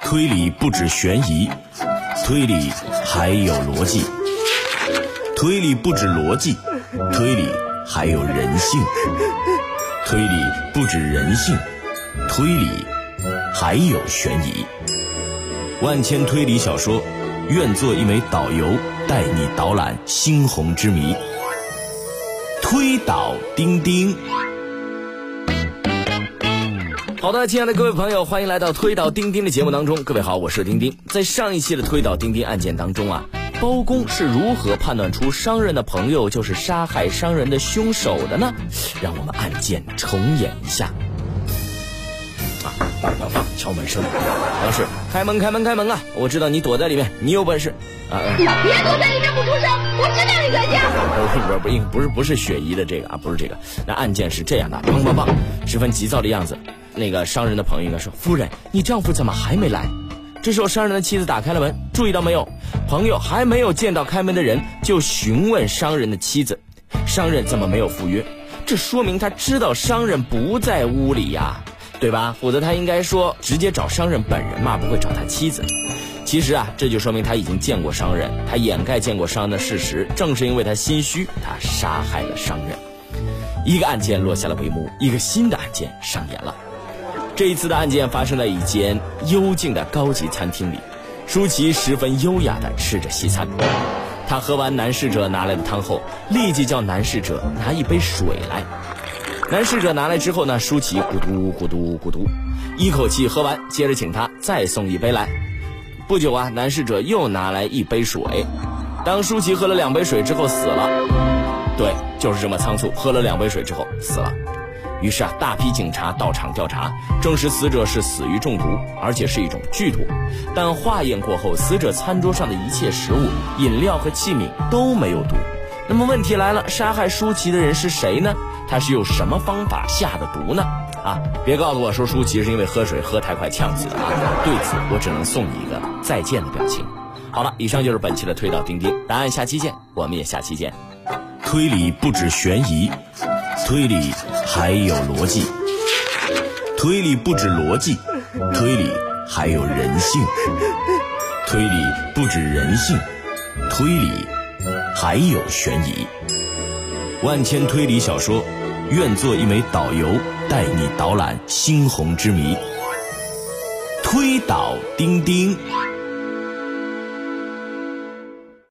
推理不止悬疑，推理还有逻辑；推理不止逻辑，推理还有人性；推理不止人性，推理还有悬疑。万千推理小说，愿做一枚导游，带你导览猩红之谜。推导钉钉。好的，亲爱的各位朋友，欢迎来到推导钉钉的节目当中。各位好，我是钉钉。在上一期的推导钉钉案件当中啊，包公是如何判断出商人的朋友就是杀害商人的凶手的呢？让我们案件重演一下。敲门声，老师，开门啊！我知道你躲在里面，你有本事啊！ 别躲在里面不出声，我知道你在家。 不是雪姨的这个啊，不是这个。那案件是这样的，砰砰砰，十分急躁的样子。那个商人的朋友应该说：“夫人，你丈夫怎么还没来？”这时候商人的妻子打开了门，注意到没有？朋友还没有见到开门的人，就询问商人的妻子：“商人怎么没有赴约？”这说明他知道商人不在屋里呀。对吧？否则他应该说直接找商人本人嘛，不会找他妻子。其实啊，这就说明他已经见过商人，他掩盖见过商人的事实，正是因为他心虚，他杀害了商人。一个案件落下了帷幕，一个新的案件上演了。这一次的案件发生在一间幽静的高级餐厅里，舒淇十分优雅地吃着西餐。他喝完男侍者拿来的汤后，立即叫男侍者拿一杯水来。男侍者拿来之后呢，舒淇咕嘟咕嘟咕嘟一口气喝完，接着请他再送一杯来。不久啊，男侍者又拿来一杯水。当舒淇喝了2杯水之后死了，对，就是这么仓促，喝了2杯水之后死了。于是啊，大批警察到场调查，证实死者是死于中毒，而且是一种剧毒。但化验过后，死者餐桌上的一切食物、饮料和器皿都没有毒。那么问题来了，杀害舒淇的人是谁呢？他是用什么方法下的毒呢？啊，别告诉我说舒淇是因为喝水喝太快呛死的啊！对此我只能送你一个再见的表情。好了，以上就是本期的推导钉钉，答案下期见，我们也下期见。推理不止悬疑，推理还有逻辑；推理不止逻辑，推理还有人性；推理不止人性，推理还有悬疑。万千推理小说，愿做一枚导游，带你导览猩红之谜。推导钉钉。